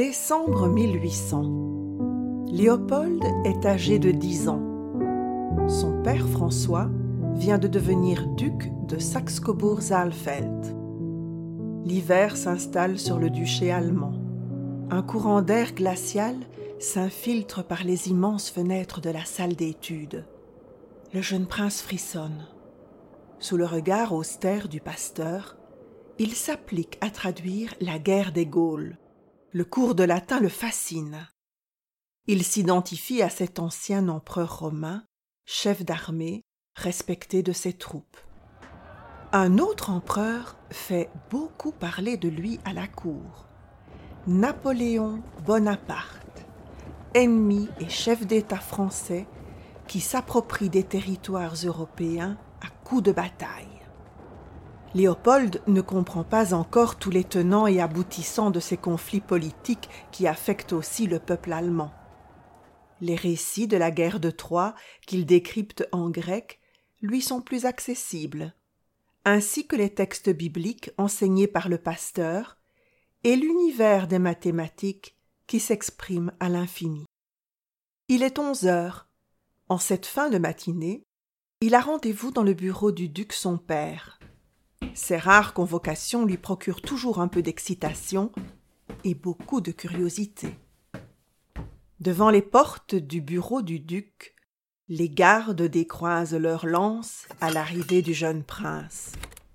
Décembre 1800. Léopold est âgé de 10 ans. Son père François vient de devenir duc de Saxe-Cobourg-Saalfeld. L'hiver s'installe sur le duché allemand. Un courant d'air glacial s'infiltre par les immenses fenêtres de la salle d'études. Le jeune prince frissonne. Sous le regard austère du pasteur, il s'applique à traduire la guerre des Gaules. Le cours de latin le fascine. Il s'identifie à cet ancien empereur romain, chef d'armée, respecté de ses troupes. Un autre empereur fait beaucoup parler de lui à la cour. Napoléon Bonaparte, ennemi et chef d'État français qui s'approprie des territoires européens à coups de bataille. Léopold ne comprend pas encore tous les tenants et aboutissants de ces conflits politiques qui affectent aussi le peuple allemand. Les récits de la guerre de Troie, qu'il décrypte en grec, lui sont plus accessibles, ainsi que les textes bibliques enseignés par le pasteur et l'univers des mathématiques qui s'exprime à l'infini. Il est 11 heures. En cette fin de matinée, il a rendez-vous dans le bureau du duc son père. Ces rares convocations lui procurent toujours un peu d'excitation et beaucoup de curiosité. Devant les portes du bureau du duc, les gardes décroisent leurs lances à l'arrivée du jeune prince.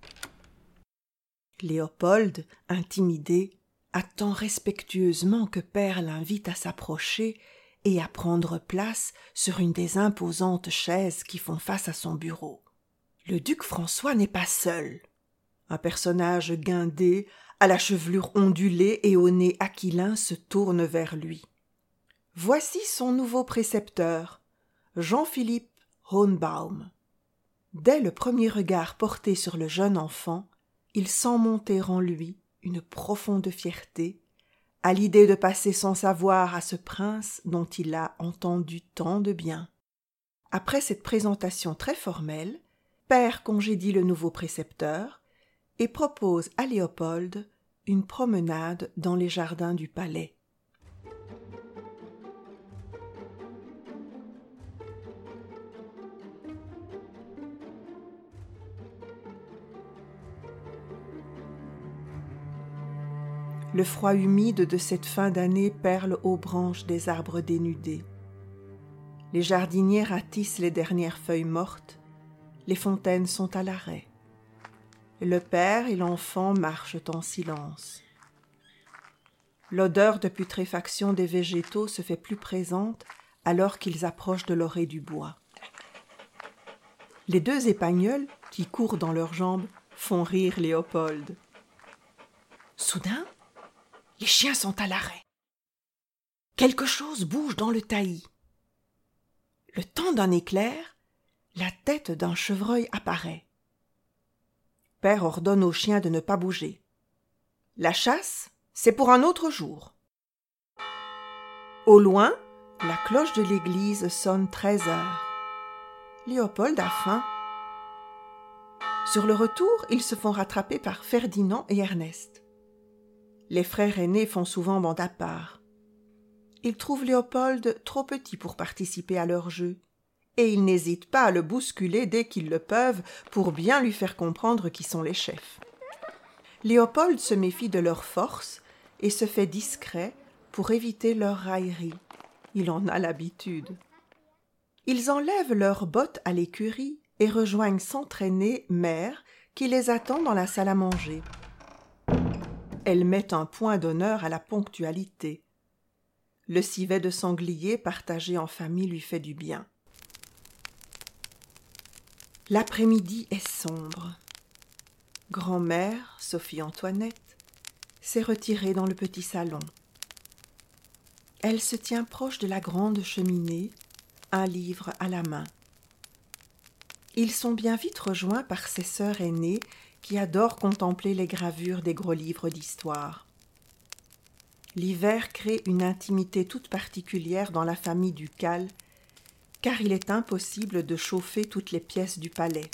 Léopold, intimidé, attend respectueusement que père l'invite à s'approcher et à prendre place sur une des imposantes chaises qui font face à son bureau. Le duc François n'est pas seul. Un personnage guindé, à la chevelure ondulée et au nez aquilin se tourne vers lui. Voici son nouveau précepteur, Jean-Philippe Hohenbaum. Dès le premier regard porté sur le jeune enfant, il sent monter en lui une profonde fierté à l'idée de passer son savoir à ce prince dont il a entendu tant de bien. Après cette présentation très formelle, père congédie le nouveau précepteur et propose à Léopold une promenade dans les jardins du palais. Le froid humide de cette fin d'année perle aux branches des arbres dénudés. Les jardiniers ratissent les dernières feuilles mortes, les fontaines sont à l'arrêt. Le père et l'enfant marchent en silence. L'odeur de putréfaction des végétaux se fait plus présente alors qu'ils approchent de l'orée du bois. Les deux épagnols qui courent dans leurs jambes font rire Léopold. Soudain, les chiens sont à l'arrêt. Quelque chose bouge dans le taillis. Le temps d'un éclair, la tête d'un chevreuil apparaît. Père ordonne aux chiens de ne pas bouger. La chasse, c'est pour un autre jour. Au loin, la cloche de l'église sonne 13 heures. Léopold a faim. Sur le retour, ils se font rattraper par Ferdinand et Ernest. Les frères aînés font souvent bande à part. Ils trouvent Léopold trop petit pour participer à leur jeu, et ils n'hésitent pas à le bousculer dès qu'ils le peuvent pour bien lui faire comprendre qui sont les chefs. Léopold se méfie de leur force et se fait discret pour éviter leur raillerie. Il en a l'habitude. Ils enlèvent leurs bottes à l'écurie et rejoignent s'entraîner Mère qui les attend dans la salle à manger. Elle met un point d'honneur à la ponctualité. Le civet de sanglier partagé en famille lui fait du bien. L'après-midi est sombre. Grand-mère, Sophie-Antoinette, s'est retirée dans le petit salon. Elle se tient proche de la grande cheminée, un livre à la main. Ils sont bien vite rejoints par ses sœurs aînées qui adorent contempler les gravures des gros livres d'histoire. L'hiver crée une intimité toute particulière dans la famille ducale, car il est impossible de chauffer toutes les pièces du palais.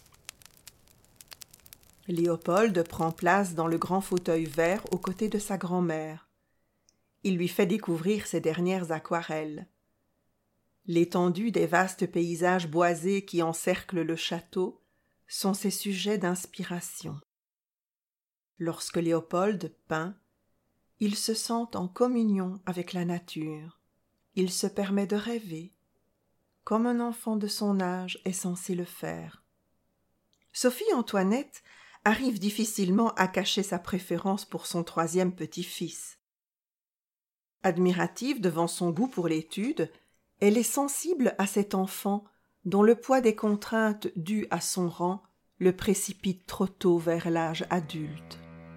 Léopold prend place dans le grand fauteuil vert aux côtés de sa grand-mère. il lui fait découvrir ses dernières aquarelles. L'étendue des vastes paysages boisés qui encerclent le château sont ses sujets d'inspiration. Lorsque Léopold peint, il se sent en communion avec la nature. Il se permet de rêver, comme un enfant de son âge est censé le faire. Sophie-Antoinette arrive difficilement à cacher sa préférence pour son troisième petit-fils. Admirative devant son goût pour l'étude, elle est sensible à cet enfant dont le poids des contraintes dues à son rang le précipite trop tôt vers l'âge adulte.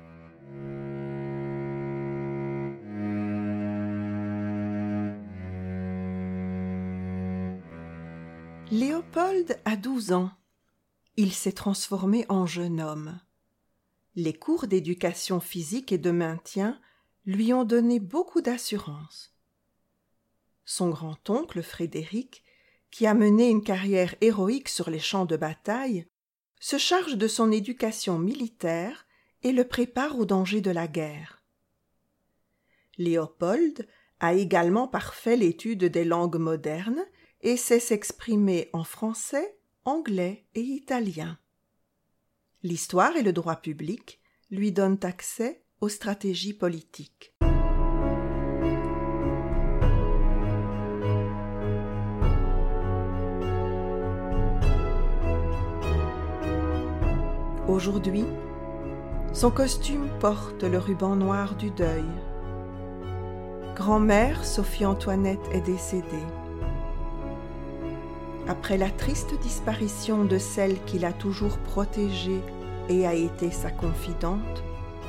Léopold a 12 ans. Il s'est transformé en jeune homme. Les cours d'éducation physique et de maintien lui ont donné beaucoup d'assurance. Son grand-oncle Frédéric, qui a mené une carrière héroïque sur les champs de bataille, se charge de son éducation militaire et le prépare aux dangers de la guerre. Léopold a également parfait l'étude des langues modernes et sait s'exprimer en français, anglais et italien. L'histoire et le droit public lui donnent accès aux stratégies politiques. Aujourd'hui, son costume porte le ruban noir du deuil. Grand-mère Sophie-Antoinette est décédée. Après la triste disparition de celle qui l'a toujours protégée et a été sa confidente,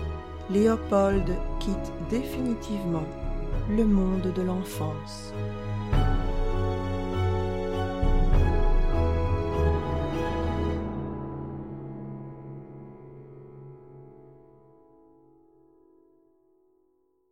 Léopold quitte définitivement le monde de l'enfance.